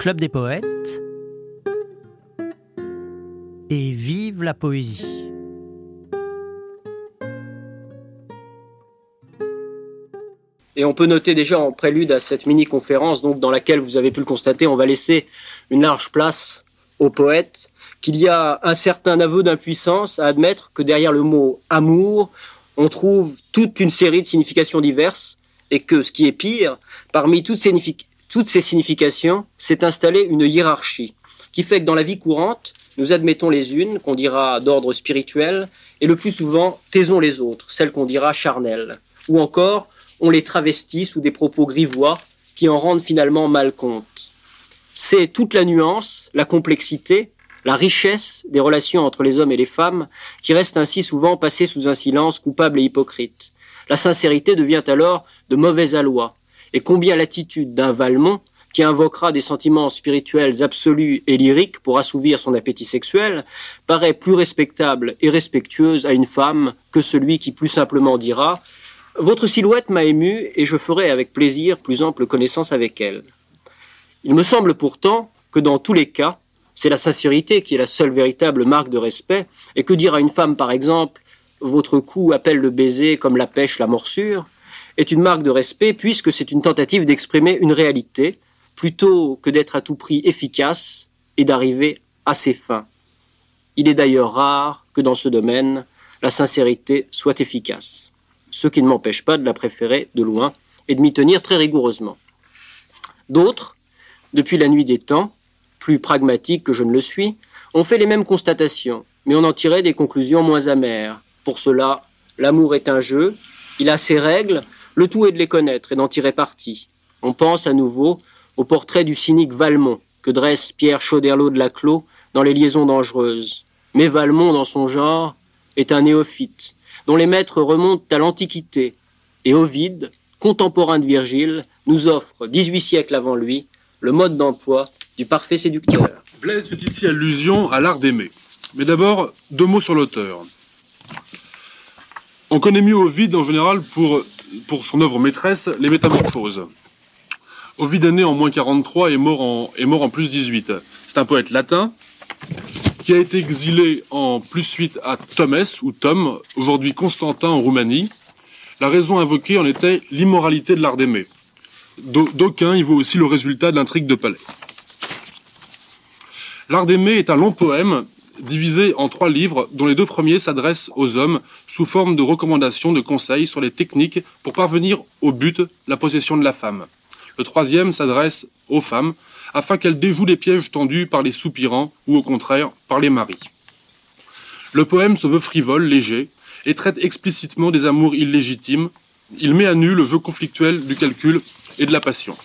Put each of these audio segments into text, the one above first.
Club des poètes et vive la poésie. Et on peut noter déjà en prélude à cette mini-conférence, donc dans laquelle vous avez pu le constater, on va laisser une large place aux poètes, qu'il y a un certain aveu d'impuissance à admettre que derrière le mot « amour », on trouve toute une série de significations diverses, et que, ce qui est pire, parmi toutes ces significations, s'est installée une hiérarchie, qui fait que dans la vie courante, nous admettons les unes, qu'on dira d'ordre spirituel, et le plus souvent, taisons les autres, celles qu'on dira charnelles. Ou encore, on les travestit sous des propos grivois qui en rendent finalement mal compte. C'est toute la nuance, la complexité, la richesse des relations entre les hommes et les femmes qui restent ainsi souvent passées sous un silence coupable et hypocrite. La sincérité devient alors de mauvais aloi. Et combien l'attitude d'un Valmont, qui invoquera des sentiments spirituels absolus et lyriques pour assouvir son appétit sexuel, paraît plus respectable et respectueuse à une femme que celui qui plus simplement dira « Votre silhouette m'a ému et je ferai avec plaisir plus ample connaissance avec elle. » Il me semble pourtant que dans tous les cas, c'est la sincérité qui est la seule véritable marque de respect, et que dire à une femme par exemple « Votre cou appelle le baiser comme la pêche la morsure » est une marque de respect puisque c'est une tentative d'exprimer une réalité plutôt que d'être à tout prix efficace et d'arriver à ses fins. Il est d'ailleurs rare que dans ce domaine, la sincérité soit efficace, ce qui ne m'empêche pas de la préférer de loin et de m'y tenir très rigoureusement. D'autres, depuis la nuit des temps, plus pragmatiques que je ne le suis, ont fait les mêmes constatations, mais on en tirait des conclusions moins amères. Pour cela, l'amour est un jeu, il a ses règles, le tout est de les connaître et d'en tirer parti. On pense à nouveau au portrait du cynique Valmont que dresse Pierre Choderlos de Laclos dans Les Liaisons dangereuses. Mais Valmont, dans son genre, est un néophyte, dont les maîtres remontent à l'Antiquité. Et Ovide, contemporain de Virgile, nous offre, 18 siècles avant lui, le mode d'emploi du parfait séducteur. Blaise fait ici allusion à l'art d'aimer. Mais d'abord, 2 mots sur l'auteur. On connaît mieux Ovide en général pour son œuvre maîtresse, Les Métamorphoses. Ovide est né en moins 43 et est mort en plus 18. C'est un poète latin qui a été exilé en plus 8 à Tomès, ou Tom, aujourd'hui Constantin en Roumanie. La raison invoquée en était l'immoralité de l'art d'aimer. D'aucuns y voient aussi le résultat de l'intrigue de palais. L'art d'aimer est un long poème divisé en 3 livres, dont les 2 premiers s'adressent aux hommes sous forme de recommandations, de conseils sur les techniques pour parvenir au but, la possession de la femme. Le 3e s'adresse aux femmes, afin qu'elles déjouent les pièges tendus par les soupirants ou au contraire par les maris. Le poème se veut frivole, léger, et traite explicitement des amours illégitimes. Il met à nu le jeu conflictuel du calcul et de la passion.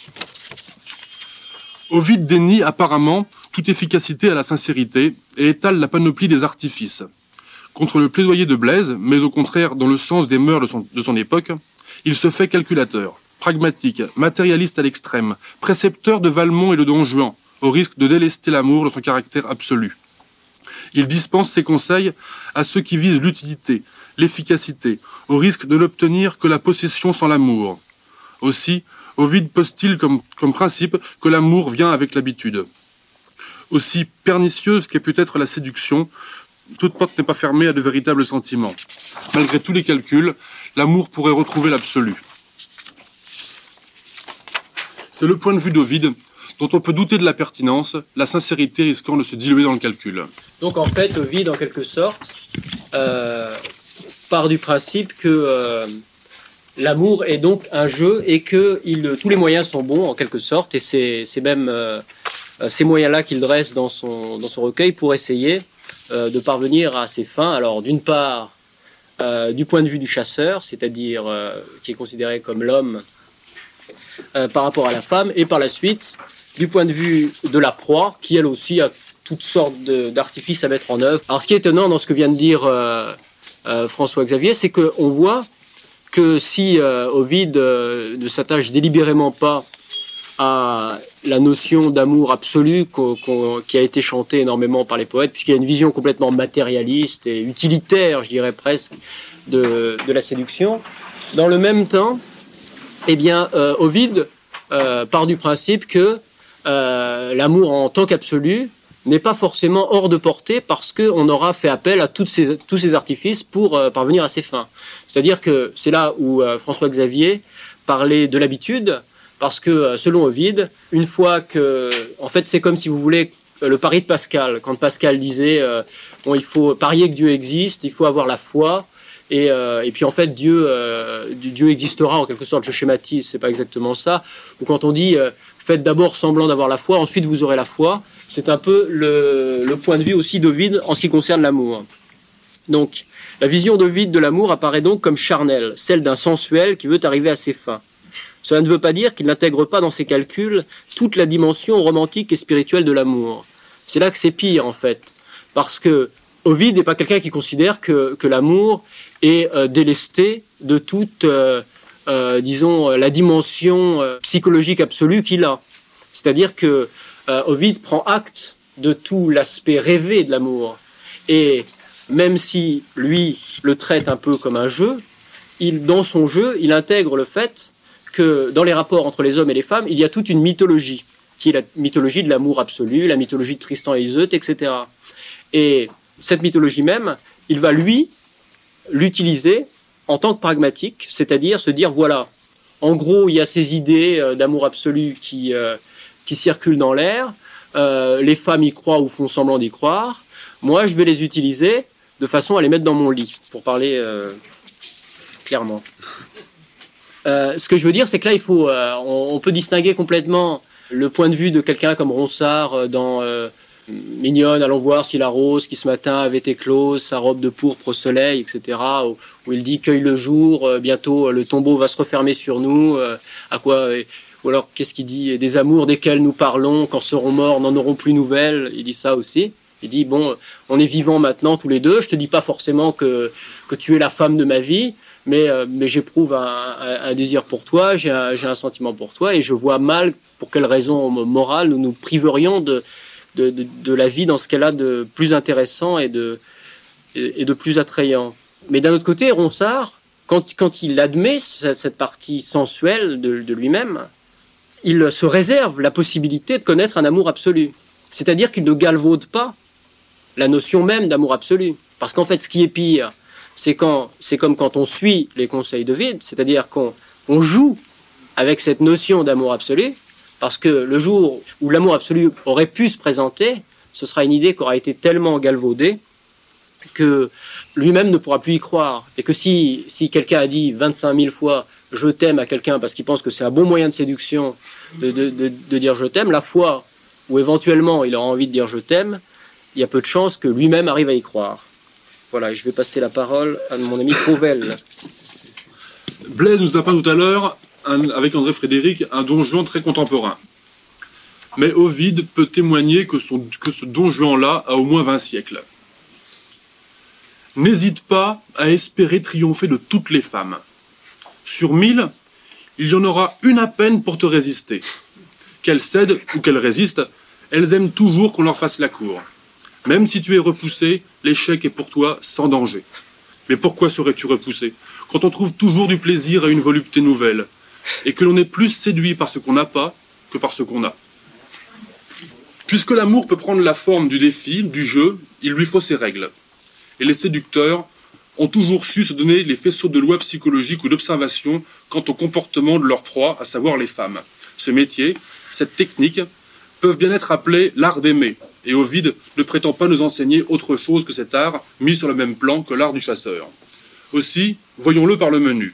Ovide dénie apparemment toute efficacité à la sincérité et étale la panoplie des artifices. Contre le plaidoyer de Blaise, mais au contraire dans le sens des mœurs de son époque, il se fait calculateur, pragmatique, matérialiste à l'extrême, précepteur de Valmont et de Don Juan, au risque de délester l'amour dans son caractère absolu. Il dispense ses conseils à ceux qui visent l'utilité, l'efficacité, au risque de n'obtenir que la possession sans l'amour. Aussi, Ovide pose-t-il comme principe que l'amour vient avec l'habitude. Aussi pernicieuse qu'est peut-être la séduction, toute porte n'est pas fermée à de véritables sentiments. Malgré tous les calculs, l'amour pourrait retrouver l'absolu. C'est le point de vue d'Ovide, dont on peut douter de la pertinence, la sincérité risquant de se diluer dans le calcul. Donc en fait, Ovide, en quelque sorte, part du principe que l'amour est donc un jeu et que tous les moyens sont bons, en quelque sorte, et c'est même ces moyens-là qu'il dresse dans son recueil pour essayer de parvenir à ses fins. Alors d'une part, du point de vue du chasseur, c'est-à-dire qui est considéré comme l'homme par rapport à la femme, et par la suite, du point de vue de la proie, qui elle aussi a toutes sortes d'artifices à mettre en œuvre. Alors ce qui est étonnant dans ce que vient de dire François-Xavier, c'est qu'on voit que si Ovide ne s'attache délibérément pas à la notion d'amour absolu qui a été chantée énormément par les poètes, puisqu'il y a une vision complètement matérialiste et utilitaire, je dirais presque, de la séduction, dans le même temps, eh bien, Ovide part du principe que l'amour en tant qu'absolu n'est pas forcément hors de portée parce qu'on aura fait appel à tous ces artifices pour parvenir à ses fins. C'est-à-dire que c'est là où François Xavier parlait de l'habitude, parce que selon Ovide, une fois que... En fait, c'est comme si vous voulez le pari de Pascal. Quand Pascal disait bon, il faut parier que Dieu existe, il faut avoir la foi, et puis en fait Dieu existera en quelque sorte, je schématise, c'est pas exactement ça. Ou quand on dit faites d'abord semblant d'avoir la foi, ensuite vous aurez la foi. C'est un peu le point de vue aussi d'Ovide en ce qui concerne l'amour. Donc, la vision d'Ovide de l'amour apparaît donc comme charnelle, celle d'un sensuel qui veut arriver à ses fins. Cela ne veut pas dire qu'il n'intègre pas dans ses calculs toute la dimension romantique et spirituelle de l'amour. C'est là que c'est pire, en fait. Parce que Ovide n'est pas quelqu'un qui considère que l'amour est délesté de toute, disons, la dimension psychologique absolue qu'il a. C'est-à-dire que Ovide prend acte de tout l'aspect rêvé de l'amour. Et même si, lui, le traite un peu comme un jeu, dans son jeu, il intègre le fait que dans les rapports entre les hommes et les femmes, il y a toute une mythologie, qui est la mythologie de l'amour absolu, la mythologie de Tristan et Iseut, etc. Et cette mythologie même, il va, lui, l'utiliser en tant que pragmatique, c'est-à-dire se dire, voilà, en gros, il y a ces idées d'amour absolu qui circulent dans l'air, les femmes y croient ou font semblant d'y croire, moi, je vais les utiliser de façon à les mettre dans mon lit, pour parler clairement. Ce que je veux dire, c'est que là, on peut distinguer complètement le point de vue de quelqu'un comme Ronsard dans Mignonne, allons voir si la rose qui ce matin avait éclose, sa robe de pourpre au soleil, etc., où il dit « cueille le jour, bientôt le tombeau va se refermer sur nous », ou alors, qu'est-ce qu'il dit ? « Des amours desquels nous parlons, quand seront morts, n'en auront plus nouvelles », il dit ça aussi. Il dit, bon, on est vivants maintenant tous les deux, je te dis pas forcément que tu es la femme de ma vie, mais j'éprouve un désir pour toi, j'ai un sentiment pour toi, et je vois mal pour quelle raison morale nous nous priverions de la vie dans ce qu'elle a de plus intéressant et de plus attrayant. Mais d'un autre côté, Ronsard, quand il admet cette partie sensuelle de lui-même, il se réserve la possibilité de connaître un amour absolu. C'est-à-dire qu'il ne galvaude pas la notion même d'amour absolu. Parce qu'en fait, ce qui est pire, c'est comme quand on suit les conseils d'Ovide, c'est-à-dire qu'on joue avec cette notion d'amour absolu, parce que le jour où l'amour absolu aurait pu se présenter, ce sera une idée qui aura été tellement galvaudée que lui-même ne pourra plus y croire. Et que si quelqu'un a dit 25 000 fois « je t'aime » à quelqu'un parce qu'il pense que c'est un bon moyen de séduction de dire « je t'aime », la fois où éventuellement il aura envie de dire « je t'aime », il y a peu de chances que lui-même arrive à y croire. Voilà, je vais passer la parole à mon ami Fauvel. Blaise nous a peint tout à l'heure, avec André Frédéric, un Don Juan très contemporain. Mais Ovide peut témoigner que ce Don Juan-là a au moins 20 siècles. N'hésite pas à espérer triompher de toutes les femmes. Sur 1000, il y en aura une à peine pour te résister. Qu'elles cèdent ou qu'elles résistent, elles aiment toujours qu'on leur fasse la cour. Même si tu es repoussé, l'échec est pour toi sans danger. Mais pourquoi serais-tu repoussé quand on trouve toujours du plaisir à une volupté nouvelle et que l'on est plus séduit par ce qu'on n'a pas que par ce qu'on a? Puisque l'amour peut prendre la forme du défi, du jeu, il lui faut ses règles. Et les séducteurs ont toujours su se donner les faisceaux de lois psychologiques ou d'observation quant au comportement de leur proie, à savoir les femmes. Ce métier, cette technique, peuvent bien être appelés l'art d'aimer. Et Ovide ne prétend pas nous enseigner autre chose que cet art mis sur le même plan que l'art du chasseur. Aussi, voyons-le par le menu.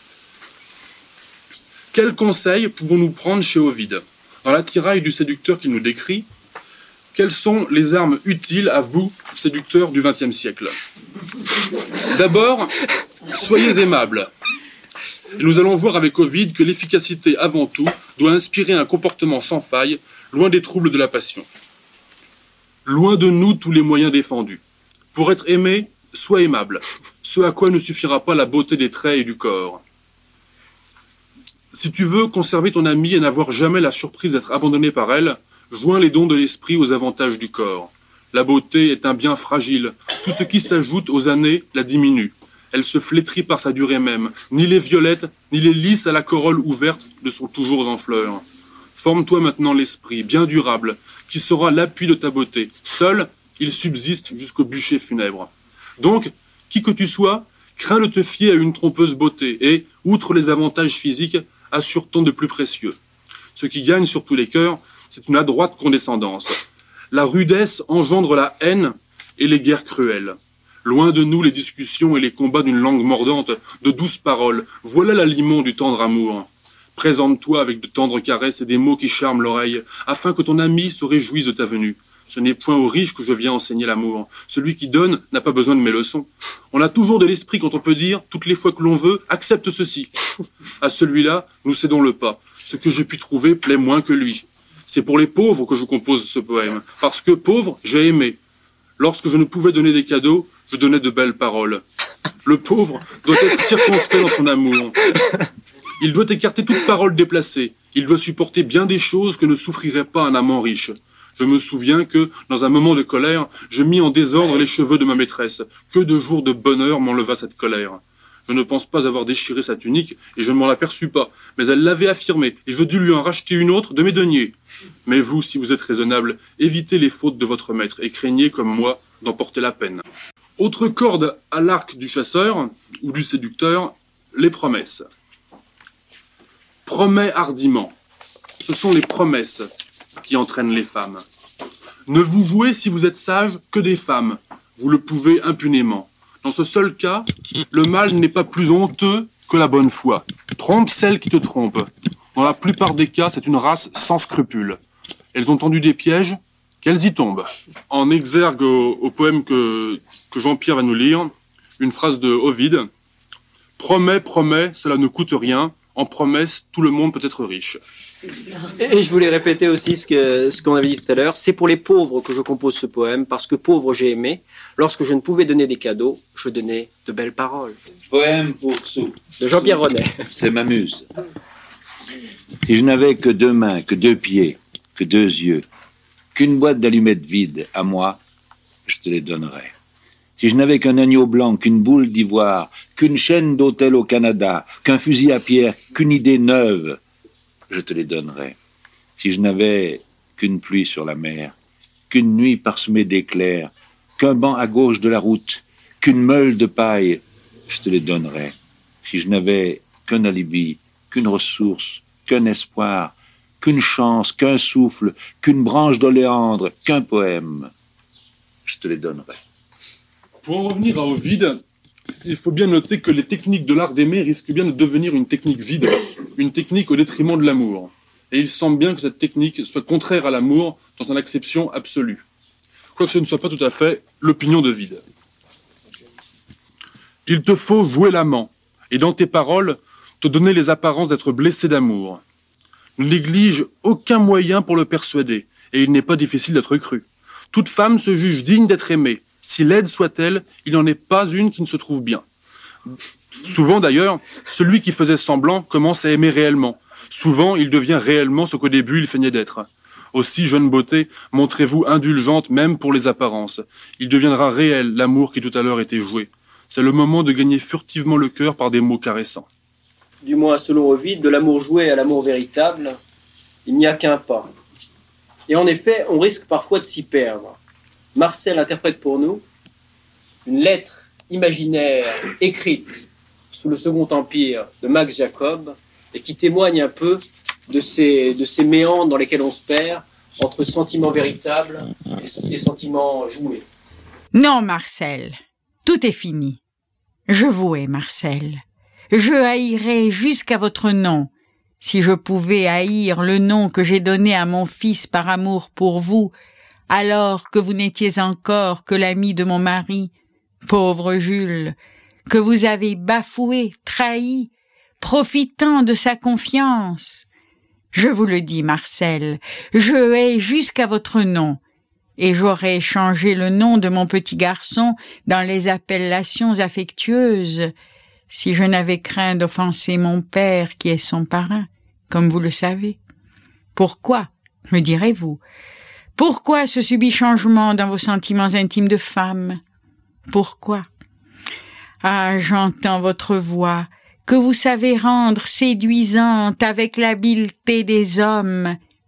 Quels conseils pouvons-nous prendre chez Ovide? Dans l'attirail du séducteur qu'il nous décrit, quelles sont les armes utiles à vous, séducteurs du XXe siècle? D'abord, soyez aimables. Et nous allons voir avec Ovide que l'efficacité avant tout doit inspirer un comportement sans faille, loin des troubles de la passion. Loin de nous tous les moyens défendus. Pour être aimé, sois aimable, ce à quoi ne suffira pas la beauté des traits et du corps. Si tu veux conserver ton amie et n'avoir jamais la surprise d'être abandonné par elle, joins les dons de l'esprit aux avantages du corps. La beauté est un bien fragile, tout ce qui s'ajoute aux années la diminue. Elle se flétrit par sa durée même. Ni les violettes, ni les lys à la corolle ouverte ne sont toujours en fleurs. Forme-toi maintenant l'esprit, bien durable, qui sera l'appui de ta beauté. Seul, il subsiste jusqu'au bûcher funèbre. Donc, qui que tu sois, crains de te fier à une trompeuse beauté et, outre les avantages physiques, assure-t-on de plus précieux. Ce qui gagne sur tous les cœurs, c'est une adroite condescendance. La rudesse engendre la haine et les guerres cruelles. Loin de nous les discussions et les combats d'une langue mordante, de douces paroles. Voilà l'aliment du tendre amour. Présente-toi avec de tendres caresses et des mots qui charment l'oreille, afin que ton ami se réjouisse de ta venue. Ce n'est point aux riches que je viens enseigner l'amour. Celui qui donne n'a pas besoin de mes leçons. On a toujours de l'esprit quand on peut dire, toutes les fois que l'on veut, accepte ceci. À celui-là, nous cédons le pas. Ce que j'ai pu trouver plaît moins que lui. C'est pour les pauvres que je compose ce poème. Parce que pauvre, j'ai aimé. Lorsque je ne pouvais donner des cadeaux, je donnais de belles paroles. Le pauvre doit être circonspect dans son amour. Il doit écarter toute parole déplacée. Il doit supporter bien des choses que ne souffrirait pas un amant riche. Je me souviens que, dans un moment de colère, je mis en désordre les cheveux de ma maîtresse. Que de jours de bonheur m'enleva cette colère. Je ne pense pas avoir déchiré sa tunique, et je ne m'en aperçus pas. Mais elle l'avait affirmé, et je dus lui en racheter une autre de mes deniers. Mais vous, si vous êtes raisonnable, évitez les fautes de votre maître, et craignez, comme moi, d'en porter la peine. Autre corde à l'arc du chasseur, ou du séducteur, les promesses. Promets hardiment. Ce sont les promesses qui entraînent les femmes. Ne vous vouez, si vous êtes sage, que des femmes. Vous le pouvez impunément. Dans ce seul cas, le mal n'est pas plus honteux que la bonne foi. Trompe celle qui te trompe. Dans la plupart des cas, c'est une race sans scrupules. Elles ont tendu des pièges, qu'elles y tombent. En exergue au poème que Jean-Pierre va nous lire, une phrase de Ovide. « Promets, promets, cela ne coûte rien. En promesse, tout le monde peut être riche. » Et je voulais répéter aussi ce qu'on avait dit tout à l'heure. C'est pour les pauvres que je compose ce poème, parce que pauvre j'ai aimé. Lorsque je ne pouvais donner des cadeaux, je donnais de belles paroles. Poème pour Sou. De Jean-Pierre Renet. C'est ma muse. Si je n'avais que 2 mains, que 2 pieds, que 2 yeux, qu'une boîte d'allumettes vide à moi, je te les donnerais. Si je n'avais qu'un agneau blanc, qu'une boule d'ivoire, qu'une chaîne d'hôtel au Canada, qu'un fusil à pierre, qu'une idée neuve, je te les donnerais. Si je n'avais qu'une pluie sur la mer, qu'une nuit parsemée d'éclairs, qu'un banc à gauche de la route, qu'une meule de paille, je te les donnerais. Si je n'avais qu'un alibi, qu'une ressource, qu'un espoir, qu'une chance, qu'un souffle, qu'une branche d'oléandre, qu'un poème, je te les donnerais. Pour en revenir à Ovide, il faut bien noter que les techniques de l'art d'aimer risquent bien de devenir une technique vide, une technique au détriment de l'amour. Et il semble bien que cette technique soit contraire à l'amour dans son acception absolue. Quoique ce ne soit pas tout à fait l'opinion d'Ovide. Il te faut jouer l'amant, et dans tes paroles, te donner les apparences d'être blessé d'amour. Ne néglige aucun moyen pour le persuader, et il n'est pas difficile d'être cru. Toute femme se juge digne d'être aimée. Si laide soit-elle, il n'en est pas une qui ne se trouve bien. Souvent d'ailleurs, celui qui faisait semblant commence à aimer réellement. Souvent, il devient réellement ce qu'au début il feignait d'être. Aussi, jeune beauté, montrez-vous indulgente même pour les apparences. Il deviendra réel l'amour qui tout à l'heure était joué. C'est le moment de gagner furtivement le cœur par des mots caressants. Du moins, selon Ovide, de l'amour joué à l'amour véritable, il n'y a qu'un pas. Et en effet, on risque parfois de s'y perdre. Marcel interprète pour nous une lettre imaginaire écrite sous le Second Empire de Max Jacob et qui témoigne un peu de ces méandres dans lesquels on se perd entre sentiments véritables et sentiments joués. Non, Marcel, tout est fini. Je vous hais, Marcel. Je haïrais jusqu'à votre nom. Si je pouvais haïr le nom que j'ai donné à mon fils par amour pour vous, alors que vous n'étiez encore que l'ami de mon mari, pauvre Jules, que vous avez bafoué, trahi, profitant de sa confiance. Je vous le dis, Marcel, je hais jusqu'à votre nom, et j'aurais changé le nom de mon petit garçon dans les appellations affectueuses, si je n'avais craint d'offenser mon père qui est son parrain, comme vous le savez. Pourquoi, me direz-vous? Pourquoi ce subit changement dans vos sentiments intimes de femme? Pourquoi? Ah, j'entends votre voix, que vous savez rendre séduisante avec l'habileté des hommes,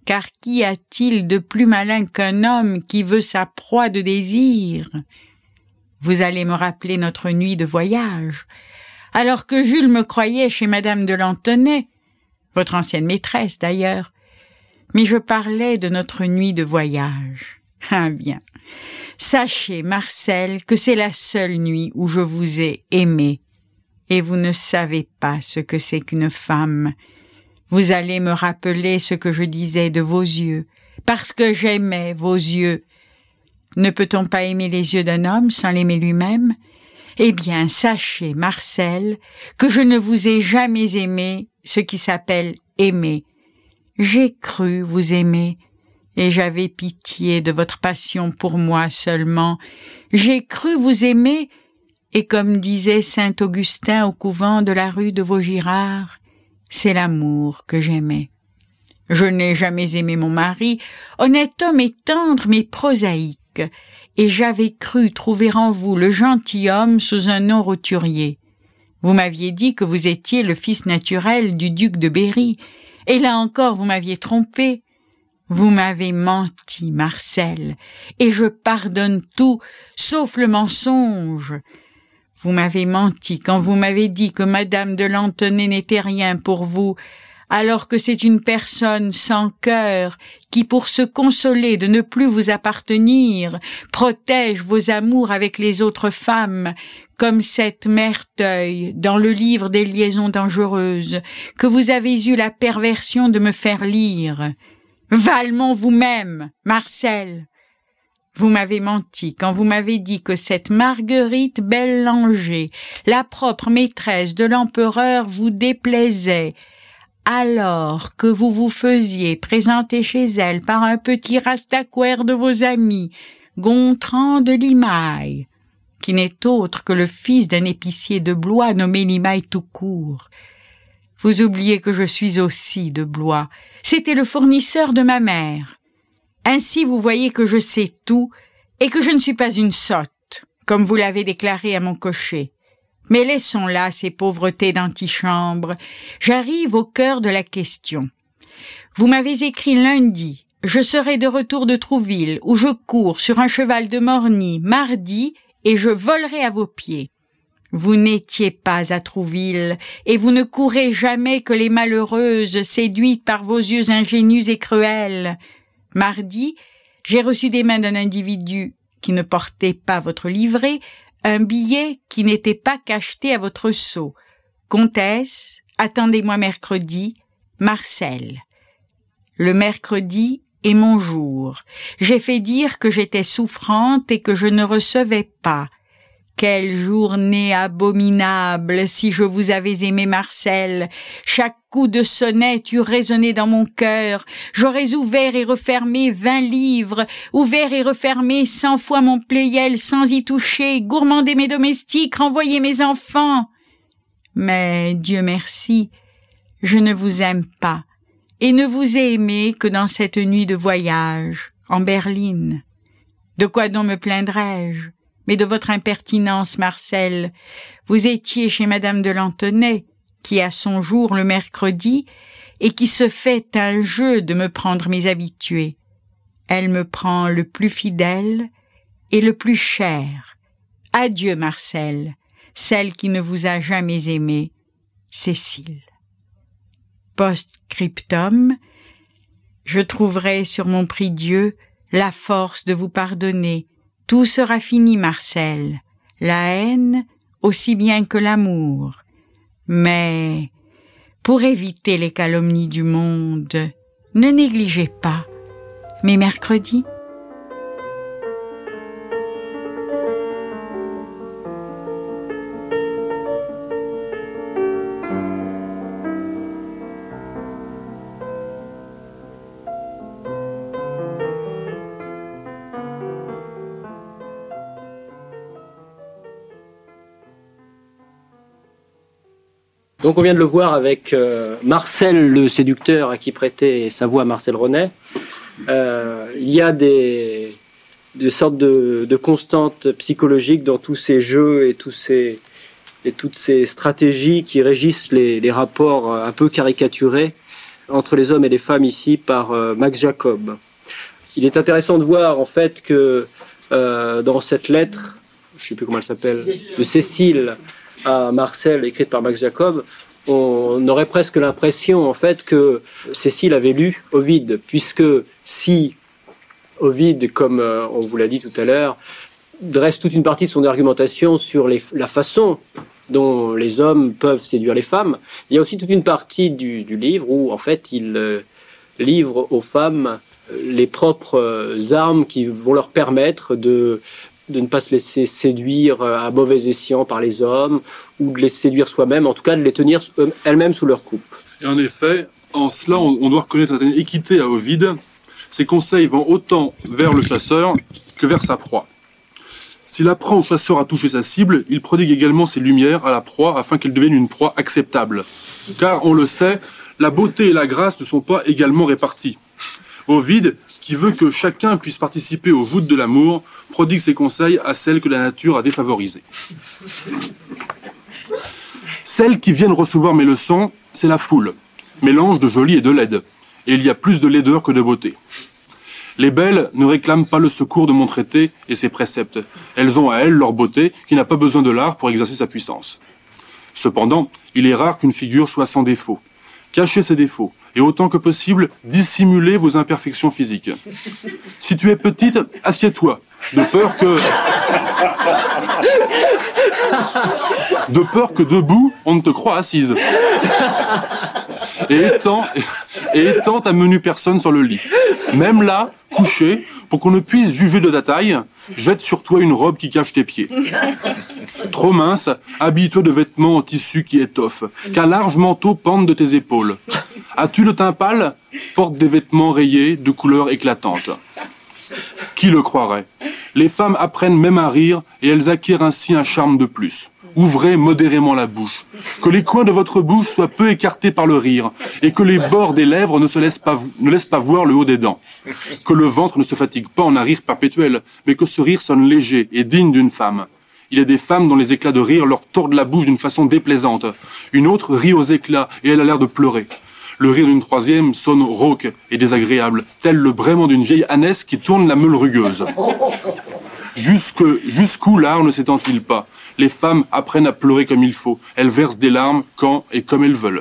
car qu'y a-t-il de plus malin qu'un homme qui veut sa proie de désir? Vous allez me rappeler notre nuit de voyage, alors que Jules me croyait chez Madame de Lanthenay, votre ancienne maîtresse d'ailleurs, mais je parlais de notre nuit de voyage. Ah bien, sachez, Marcel, que c'est la seule nuit où je vous ai aimé, et vous ne savez pas ce que c'est qu'une femme. Vous allez me rappeler ce que je disais de vos yeux, parce que j'aimais vos yeux. Ne peut-on pas aimer les yeux d'un homme sans l'aimer lui-même? Eh bien, sachez, Marcel, que je ne vous ai jamais aimé ce qui s'appelle aimer. J'ai cru vous aimer, et j'avais pitié de votre passion pour moi seulement. J'ai cru vous aimer, et comme disait saint Augustin au couvent de la rue de Vaugirard, c'est l'amour que j'aimais. Je n'ai jamais aimé mon mari, honnête homme et tendre mais prosaïque, et j'avais cru trouver en vous le gentilhomme sous un nom roturier. Vous m'aviez dit que vous étiez le fils naturel du duc de Berry, et là encore vous m'aviez trompé. Vous m'avez menti, Marcel, et je pardonne tout, sauf le mensonge. Vous m'avez menti quand vous m'avez dit que Madame de Lanthenay n'était rien pour vous, alors que c'est une personne sans cœur qui, pour se consoler de ne plus vous appartenir, protège vos amours avec les autres femmes, comme cette Merteuil dans le livre des liaisons dangereuses, que vous avez eu la perversion de me faire lire. Valmont vous-même, Marcel. Vous m'avez menti quand vous m'avez dit que cette Marguerite Bellanger, la propre maîtresse de l'empereur, vous déplaisait, alors que vous vous faisiez présenter chez elle par un petit rastaquouère de vos amis, Gontran de Limaille, qui n'est autre que le fils d'un épicier de Blois nommé Limaille tout court. Vous oubliez que je suis aussi de Blois. C'était le fournisseur de ma mère. Ainsi vous voyez que je sais tout et que je ne suis pas une sotte, comme vous l'avez déclaré à mon cocher. Mais laissons là ces pauvretés d'antichambre. J'arrive au cœur de la question. Vous m'avez écrit lundi. Je serai de retour de Trouville, où je cours sur un cheval de Morny mardi, et je volerai à vos pieds. Vous n'étiez pas à Trouville, et vous ne courez jamais que les malheureuses, séduites par vos yeux ingénus et cruels. Mardi, j'ai reçu des mains d'un individu qui ne portait pas votre livret, un billet qui n'était pas cacheté à votre sceau. Comtesse, attendez-moi mercredi, Marcel. Le mercredi est mon jour. J'ai fait dire que j'étais souffrante et que je ne recevais pas. Quelle journée abominable si je vous avais aimé, Marcel. Chaque coup de sonnette eût résonné dans mon cœur. J'aurais ouvert et refermé 20 livres, ouvert et refermé 100 fois mon Pleyel sans y toucher, gourmandé mes domestiques, renvoyé mes enfants. Mais, Dieu merci, je ne vous aime pas, et ne vous ai aimé que dans cette nuit de voyage, en Berline. De quoi donc me plaindrais-je? Mais de votre impertinence, Marcel. Vous étiez chez Madame de Lanthenay, qui a son jour le mercredi, et qui se fait un jeu de me prendre mes habitués. Elle me prend le plus fidèle et le plus cher. Adieu, Marcel, celle qui ne vous a jamais aimé, Cécile. Post-scriptum, je trouverai sur mon prie-Dieu la force de vous pardonner. Tout sera fini, Marcel, la haine aussi bien que l'amour. Mais, pour éviter les calomnies du monde, ne négligez pas mes mercredis. Donc on vient de le voir avec Marcel le séducteur à qui prêtait sa voix Marcel Renet. Il y a des sortes de constantes psychologiques dans tous ces jeux et toutes ces stratégies qui régissent les rapports un peu caricaturés entre les hommes et les femmes ici par Max Jacob. Il est intéressant de voir en fait que dans cette lettre, je ne sais plus comment elle s'appelle, de Cécile à Marcel, écrite par Max Jacob, on aurait presque l'impression en fait que Cécile avait lu Ovide, puisque si Ovide, comme on vous l'a dit tout à l'heure, dresse toute une partie de son argumentation sur la façon dont les hommes peuvent séduire les femmes, il y a aussi toute une partie du livre où en fait il livre aux femmes les propres armes qui vont leur permettre de ne pas se laisser séduire à mauvais escient par les hommes, ou de les séduire soi-même, en tout cas de les tenir elles-mêmes sous leur coupe. Et en effet, en cela, on doit reconnaître une certaine équité à Ovide. Ses conseils vont autant vers le chasseur que vers sa proie. S'il apprend au chasseur à toucher sa cible, il prodigue également ses lumières à la proie afin qu'elle devienne une proie acceptable. Car, on le sait, la beauté et la grâce ne sont pas également réparties. Ovide, qui veut que chacun puisse participer aux voûtes de l'amour, prodigue ses conseils à celles que la nature a défavorisées. Celles qui viennent recevoir mes leçons, c'est la foule, mélange de joli et de laide, et il y a plus de laideur que de beauté. Les belles ne réclament pas le secours de mon traité et ses préceptes. Elles ont à elles leur beauté qui n'a pas besoin de l'art pour exercer sa puissance. Cependant, il est rare qu'une figure soit sans défaut. Cachez ses défauts et autant que possible, dissimulez vos imperfections physiques. Si tu es petite, assieds-toi, de peur que debout, on ne te croie assise. Et étends ta menue personne sur le lit. Même là, couché, pour qu'on ne puisse juger de ta taille, jette sur toi une robe qui cache tes pieds. Trop mince, habille-toi de vêtements en tissu qui étoffent, qu'un large manteau pende de tes épaules. As-tu le teint pâle? Porte des vêtements rayés de couleurs éclatantes. Qui le croirait? Les femmes apprennent même à rire et elles acquièrent ainsi un charme de plus. Ouvrez modérément la bouche, que les coins de votre bouche soient peu écartés par le rire et que les bords des lèvres ne laissent pas voir le haut des dents. Que le ventre ne se fatigue pas en un rire perpétuel, mais que ce rire sonne léger et digne d'une femme. Il y a des femmes dont les éclats de rire leur tordent la bouche d'une façon déplaisante. Une autre rit aux éclats et elle a l'air de pleurer. Le rire d'une troisième sonne rauque et désagréable, tel le braiement d'une vieille ânesse qui tourne la meule rugueuse. Jusqu'où l'art ne s'étend-il pas? Les femmes apprennent à pleurer comme il faut. Elles versent des larmes quand et comme elles veulent.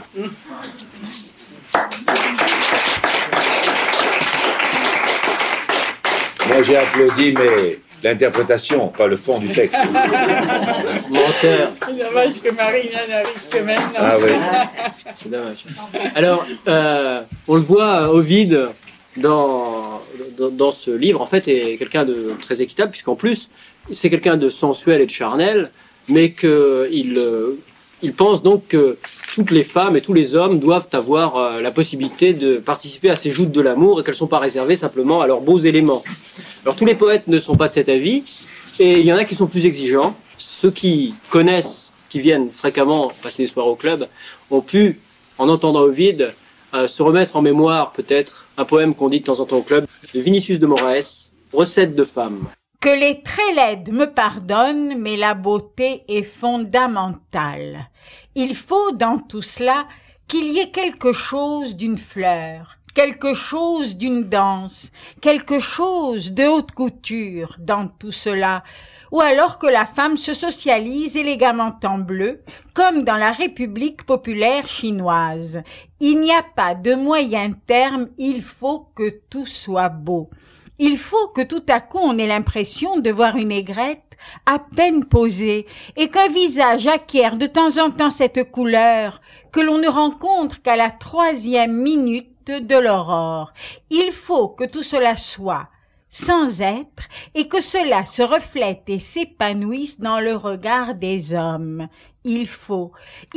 Moi, j'ai applaudi, mais l'interprétation, pas le fond du texte. Menteur. C'est dommage que Marina n'arrive que maintenant. Ah oui. C'est dommage. Alors, on le voit, Ovide, dans ce livre, en fait, est quelqu'un de très équitable, puisqu'en plus, c'est quelqu'un de sensuel et de charnel, mais il pense donc que toutes les femmes et tous les hommes doivent avoir la possibilité de participer à ces joutes de l'amour et qu'elles ne sont pas réservées simplement à leurs beaux éléments. Alors tous les poètes ne sont pas de cet avis, et il y en a qui sont plus exigeants. Ceux qui connaissent, qui viennent fréquemment passer des soirs au club, ont pu, en entendant Ovide, se remettre en mémoire peut-être un poème qu'on dit de temps en temps au club, de Vinicius de Moraes, Recette de femme. Que les traits laides me pardonnent, mais la beauté est fondamentale. Il faut dans tout cela qu'il y ait quelque chose d'une fleur, quelque chose d'une danse, quelque chose de haute couture dans tout cela, ou alors que la femme se socialise élégamment en bleu, comme dans la République populaire chinoise. Il n'y a pas de moyen terme, il faut que tout soit beau. Il faut que tout à coup on ait l'impression de voir une aigrette à peine posée et qu'un visage acquiert de temps en temps cette couleur que l'on ne rencontre qu'à la 3e minute de l'aurore. Il faut que tout cela soit sans être et que cela se reflète et s'épanouisse dans le regard des hommes. Il faut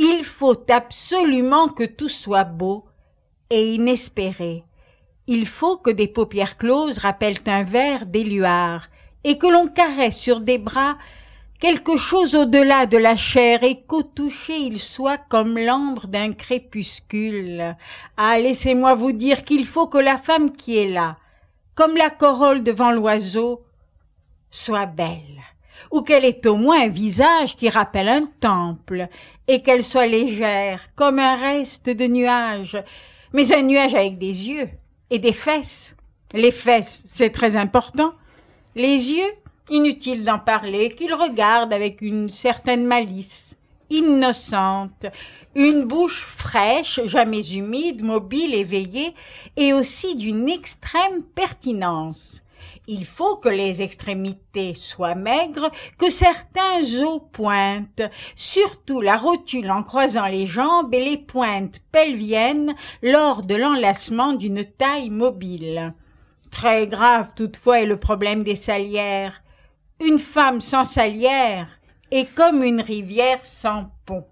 absolument que tout soit beau et inespéré. Il faut que des paupières closes rappellent un verre d'éluard et que l'on caresse sur des bras quelque chose au-delà de la chair et qu'au toucher il soit comme l'ambre d'un crépuscule. Ah, laissez-moi vous dire qu'il faut que la femme qui est là, comme la corolle devant l'oiseau, soit belle, ou qu'elle ait au moins un visage qui rappelle un temple, et qu'elle soit légère comme un reste de nuage, mais un nuage avec des yeux et des fesses. Les fesses, c'est très important. Les yeux, inutile d'en parler, qu'il regarde avec une certaine malice, innocente, une bouche fraîche, jamais humide, mobile, éveillée, et aussi d'une extrême pertinence. Il faut que les extrémités soient maigres, que certains os pointent, surtout la rotule en croisant les jambes et les pointes pelviennes lors de l'enlacement d'une taille mobile. Très grave toutefois est le problème des salières. Une femme sans salière est comme une rivière sans pont.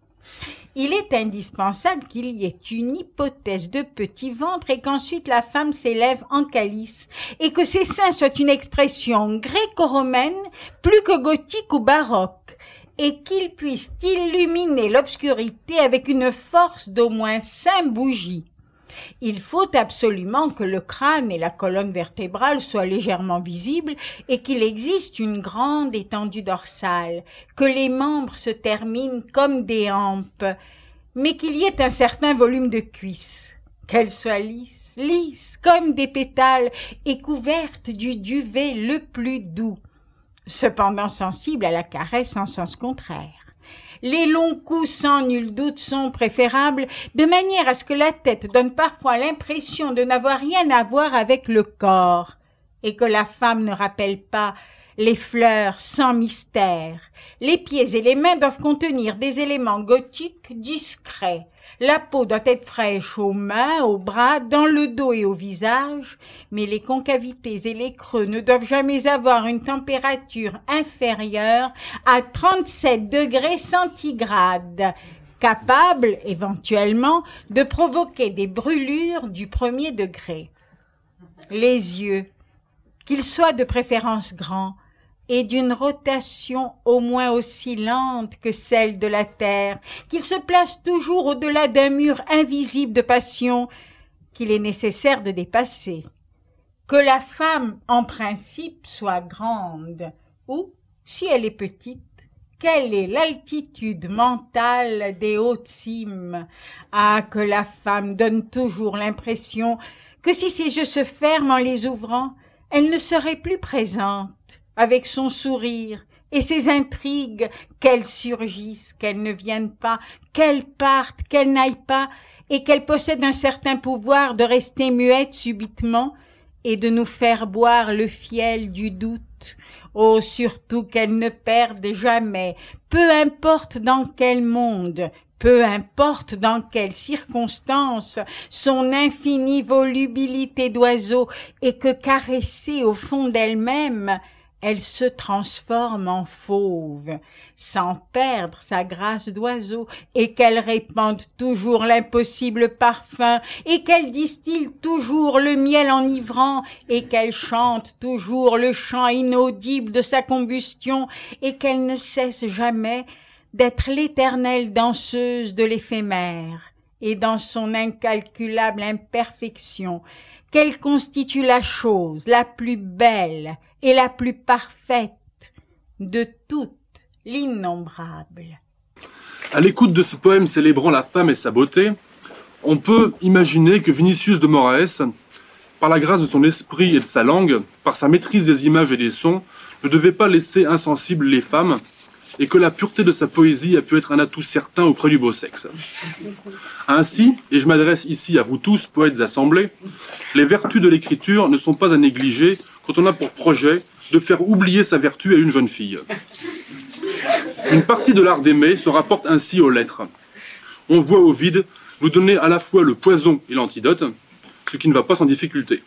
Il est indispensable qu'il y ait une hypothèse de petit ventre et qu'ensuite la femme s'élève en calice et que ses seins soient une expression gréco-romaine plus que gothique ou baroque et qu'ils puissent illuminer l'obscurité avec une force d'au moins 5 bougies. Il faut absolument que le crâne et la colonne vertébrale soient légèrement visibles et qu'il existe une grande étendue dorsale, que les membres se terminent comme des hampes, mais qu'il y ait un certain volume de cuisses, qu'elles soient lisses comme des pétales et couvertes du duvet le plus doux, cependant sensibles à la caresse en sens contraire. Les longs coups, sans nul doute, sont préférables, de manière à ce que la tête donne parfois l'impression de n'avoir rien à voir avec le corps, et que la femme ne rappelle pas les fleurs sans mystère. Les pieds et les mains doivent contenir des éléments gothiques discrets. La peau doit être fraîche aux mains, aux bras, dans le dos et au visage, mais les concavités et les creux ne doivent jamais avoir une température inférieure à 37 degrés centigrades, capable, éventuellement, de provoquer des brûlures du 1er degré. Les yeux, qu'ils soient de préférence grands, et d'une rotation au moins aussi lente que celle de la terre, qu'il se place toujours au-delà d'un mur invisible de passion qu'il est nécessaire de dépasser. Que la femme, en principe, soit grande, ou, si elle est petite, quelle est l'altitude mentale des hautes cimes? Ah, que la femme donne toujours l'impression que si ses yeux se ferment en les ouvrant, elle ne serait plus présente, avec son sourire et ses intrigues, qu'elles surgissent, qu'elles ne viennent pas, qu'elles partent, qu'elles n'aillent pas, et qu'elles possèdent un certain pouvoir de rester muettes subitement et de nous faire boire le fiel du doute. Oh, surtout qu'elles ne perdent jamais, peu importe dans quel monde, peu importe dans quelles circonstances, son infinie volubilité d'oiseau, et que caressée au fond d'elle-même, elle se transforme en fauve, sans perdre sa grâce d'oiseau, et qu'elle répande toujours l'impossible parfum, et qu'elle distille toujours le miel enivrant, et qu'elle chante toujours le chant inaudible de sa combustion, et qu'elle ne cesse jamais d'être l'éternelle danseuse de l'éphémère, et dans son incalculable imperfection, qu'elle constitue la chose la plus belle et la plus parfaite de toute l'innombrable. À l'écoute de ce poème célébrant la femme et sa beauté, on peut imaginer que Vinicius de Moraes, par la grâce de son esprit et de sa langue, par sa maîtrise des images et des sons, ne devait pas laisser insensibles les femmes, et que la pureté de sa poésie a pu être un atout certain auprès du beau sexe. Ainsi, et je m'adresse ici à vous tous, poètes assemblés, les vertus de l'écriture ne sont pas à négliger quand on a pour projet de faire oublier sa vertu à une jeune fille. Une partie de l'art d'aimer se rapporte ainsi aux lettres. On voit Ovide nous donner à la fois le poison et l'antidote, ce qui ne va pas sans difficulté.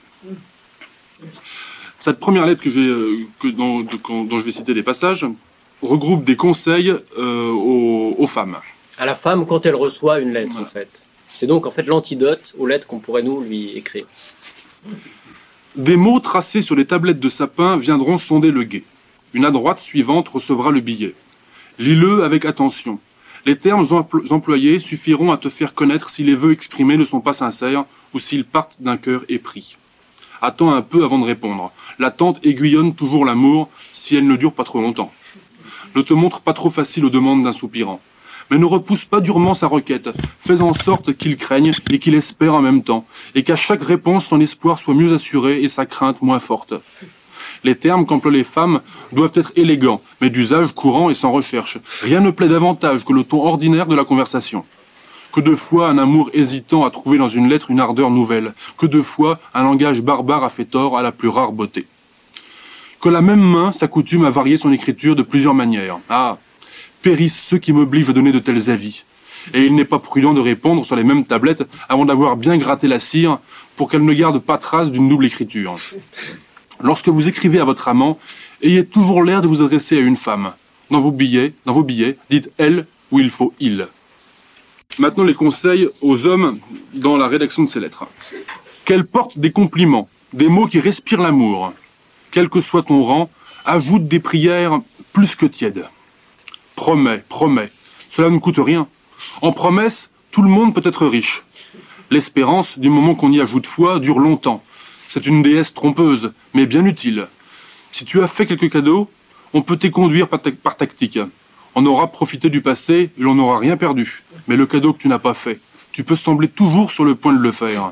Cette première lettre dont je vais citer les passages regroupe des conseils aux femmes. À la femme quand elle reçoit une lettre, voilà. En fait. C'est donc en fait l'antidote aux lettres qu'on pourrait nous lui écrire. Des mots tracés sur les tablettes de sapin viendront sonder le guet. Une adroite suivante recevra le billet. Lis-le avec attention. Les termes employés suffiront à te faire connaître si les vœux exprimés ne sont pas sincères ou s'ils partent d'un cœur épris. Attends un peu avant de répondre. L'attente aiguillonne toujours l'amour si elle ne dure pas trop longtemps. Ne te montre pas trop facile aux demandes d'un soupirant. mais ne repousse pas durement sa requête. Fais en sorte qu'il craigne et qu'il espère en même temps, et qu'à chaque réponse, son espoir soit mieux assuré et sa crainte moins forte. Les termes qu'emploient les femmes doivent être élégants, mais d'usage courant et sans recherche. Rien ne plaît davantage que le ton ordinaire de la conversation. Que de fois un amour hésitant a trouvé dans une lettre une ardeur nouvelle. Que de fois un langage barbare a fait tort à la plus rare beauté. Que la même main s'accoutume à varier son écriture de plusieurs manières. Ah, périssent ceux qui m'obligent à donner de tels avis. Et il n'est pas prudent de répondre sur les mêmes tablettes avant d'avoir bien gratté la cire pour qu'elle ne garde pas trace d'une double écriture. Lorsque vous écrivez à votre amant, ayez toujours l'air de vous adresser à une femme. Dans vos billets, dites « elle » où il faut « il ». Maintenant, les conseils aux hommes dans la rédaction de ces lettres. Qu'elles portent des compliments, des mots qui respirent l'amour. Quel que soit ton rang, ajoute des prières plus que tièdes. Promets, promets, cela ne coûte rien. En promesse, tout le monde peut être riche. L'espérance, du moment qu'on y ajoute foi, dure longtemps. C'est une déesse trompeuse, mais bien utile. Si tu as fait quelques cadeaux, on peut t'éconduire par tactique. On aura profité du passé et l'on n'aura rien perdu. Mais le cadeau que tu n'as pas fait, tu peux sembler toujours sur le point de le faire.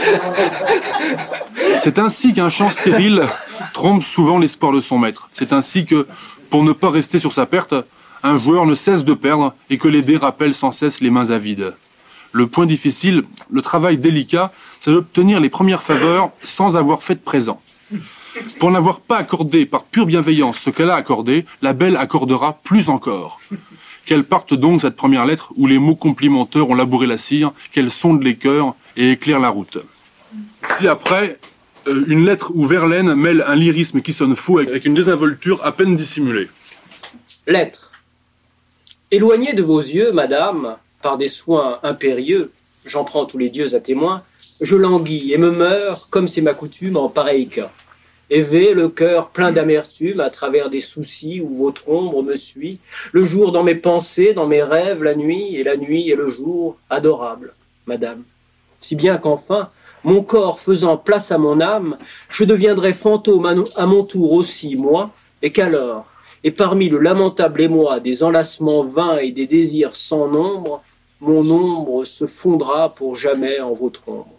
C'est ainsi qu'un chant stérile trompe souvent l'espoir de son maître. C'est ainsi que, pour ne pas rester sur sa perte, un joueur ne cesse de perdre et que les dés rappellent sans cesse les mains avides. Le point difficile, le travail délicat, c'est d'obtenir les premières faveurs sans avoir fait de présent. Pour n'avoir pas accordé par pure bienveillance ce qu'elle a accordé, la belle accordera plus encore. Qu'elle parte donc cette première lettre où les mots complimenteurs ont labouré la cire, qu'elle sonde les cœurs et éclaire la route. Si après, une lettre où Verlaine mêle un lyrisme qui sonne faux avec une désinvolture à peine dissimulée. Lettre. Éloignée de vos yeux, madame, par des soins impérieux, j'en prends tous les dieux à témoin, je languis et me meurs comme c'est ma coutume en pareil cas. Éveillé le cœur plein d'amertume à travers des soucis où votre ombre me suit, le jour dans mes pensées, dans mes rêves, la nuit et le jour, adorable, madame. Si bien qu'enfin, mon corps faisant place à mon âme, je deviendrai fantôme à mon tour aussi, moi, et qu'alors, et parmi le lamentable émoi des enlacements vains et des désirs sans nombre, mon ombre se fondra pour jamais en votre ombre.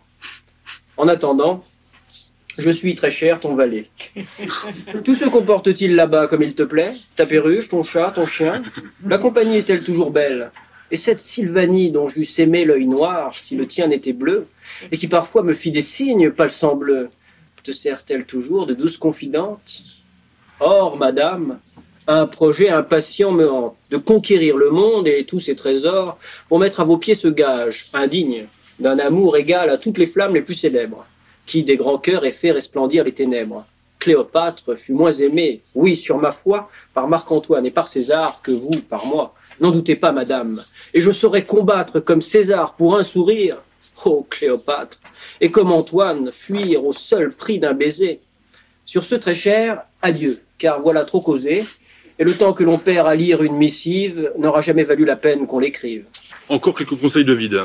En attendant, je suis très cher ton valet. Tout se comporte-t-il là-bas comme il te plaît? Ta perruche, ton chat, ton chien? La compagnie est-elle toujours belle? Et cette Sylvanie dont j'eusse aimé l'œil noir, si le tien n'était bleu, et qui parfois me fit des signes palsant bleu, te sert-elle toujours de douce confidente? Or, madame, un projet impatient me hante, de conquérir le monde et tous ses trésors, pour mettre à vos pieds ce gage, indigne, d'un amour égal à toutes les flammes les plus célèbres, qui des grands cœurs ait fait resplendir les ténèbres. Cléopâtre fut moins aimée, oui, sur ma foi, par Marc-Antoine et par César, que vous, par moi. N'en doutez pas, madame, et je saurais combattre comme César pour un sourire, ô Cléopâtre, et comme Antoine, fuir au seul prix d'un baiser. Sur ce, très cher, adieu, car voilà trop causé, et le temps que l'on perd à lire une missive n'aura jamais valu la peine qu'on l'écrive. Encore quelques conseils de vide.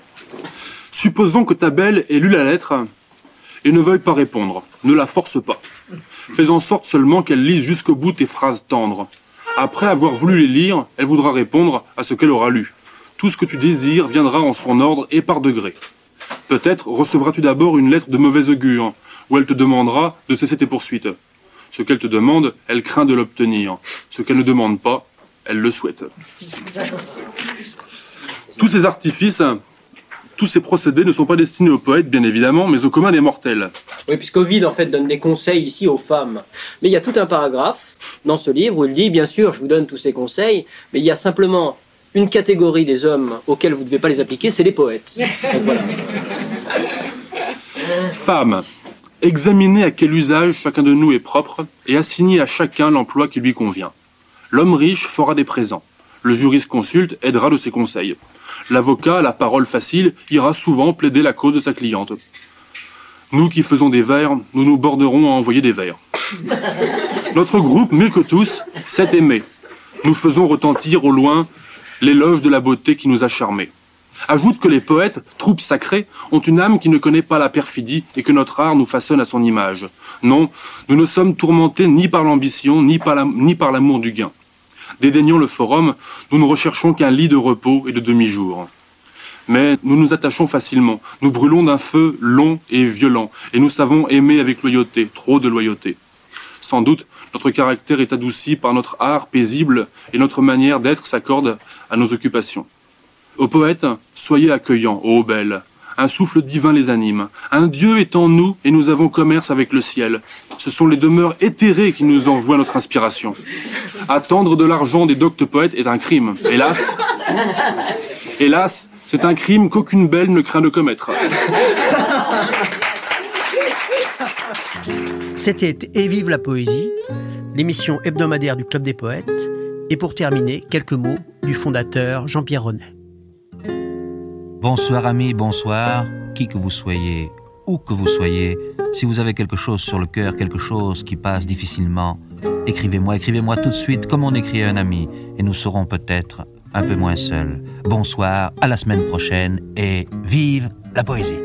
Supposons que ta belle ait lu la lettre et ne veuille pas répondre. Ne la force pas. Fais en sorte seulement qu'elle lise jusqu'au bout tes phrases tendres. Après avoir voulu les lire, elle voudra répondre à ce qu'elle aura lu. Tout ce que tu désires viendra en son ordre et par degrés. Peut-être recevras-tu d'abord une lettre de mauvais augure, où elle te demandera de cesser tes poursuites. Ce qu'elle te demande, elle craint de l'obtenir. Ce qu'elle ne demande pas, elle le souhaite. Tous ces artifices, tous ces procédés ne sont pas destinés aux poètes, bien évidemment, mais au commun des mortels. Oui, puisqu'Ovide, en fait, donne des conseils ici aux femmes. Mais il y a tout un paragraphe dans ce livre où il dit, bien sûr, je vous donne tous ces conseils, mais il y a simplement une catégorie des hommes auxquels vous ne devez pas les appliquer, c'est les poètes. Donc voilà. Femmes, examinez à quel usage chacun de nous est propre et assignez à chacun l'emploi qui lui convient. L'homme riche fera des présents. Le jurisconsulte aidera de ses conseils. L'avocat, à la parole facile, ira souvent plaider la cause de sa cliente. Nous qui faisons des vers, nous nous borderons à envoyer des vers. Notre groupe, mieux que tous, sait aimer. Nous faisons retentir au loin l'éloge de la beauté qui nous a charmés. Ajoute que les poètes, troupes sacrées, ont une âme qui ne connaît pas la perfidie et que notre art nous façonne à son image. Non, nous ne sommes tourmentés ni par l'ambition, ni par l'amour du gain. Dédaignant le forum, nous ne recherchons qu'un lit de repos et de demi-jour. Mais nous nous attachons facilement, nous brûlons d'un feu long et violent, et nous savons aimer avec loyauté, trop de loyauté. Sans doute, notre caractère est adouci par notre art paisible et notre manière d'être s'accorde à nos occupations. Aux poètes, soyez accueillants, ô belles. Un souffle divin les anime. Un Dieu est en nous et nous avons commerce avec le ciel. Ce sont les demeures éthérées qui nous envoient notre inspiration. Attendre de l'argent des doctes poètes est un crime. Hélas, c'est un crime qu'aucune belle ne craint de commettre. C'était Et vive la poésie, l'émission hebdomadaire du Club des Poètes. Et pour terminer, quelques mots du fondateur Jean-Pierre Ronet. Bonsoir amis, bonsoir, qui que vous soyez, où que vous soyez, si vous avez quelque chose sur le cœur, quelque chose qui passe difficilement, écrivez-moi tout de suite comme on écrit à un ami, et nous serons peut-être un peu moins seuls. Bonsoir, à la semaine prochaine, et vive la poésie.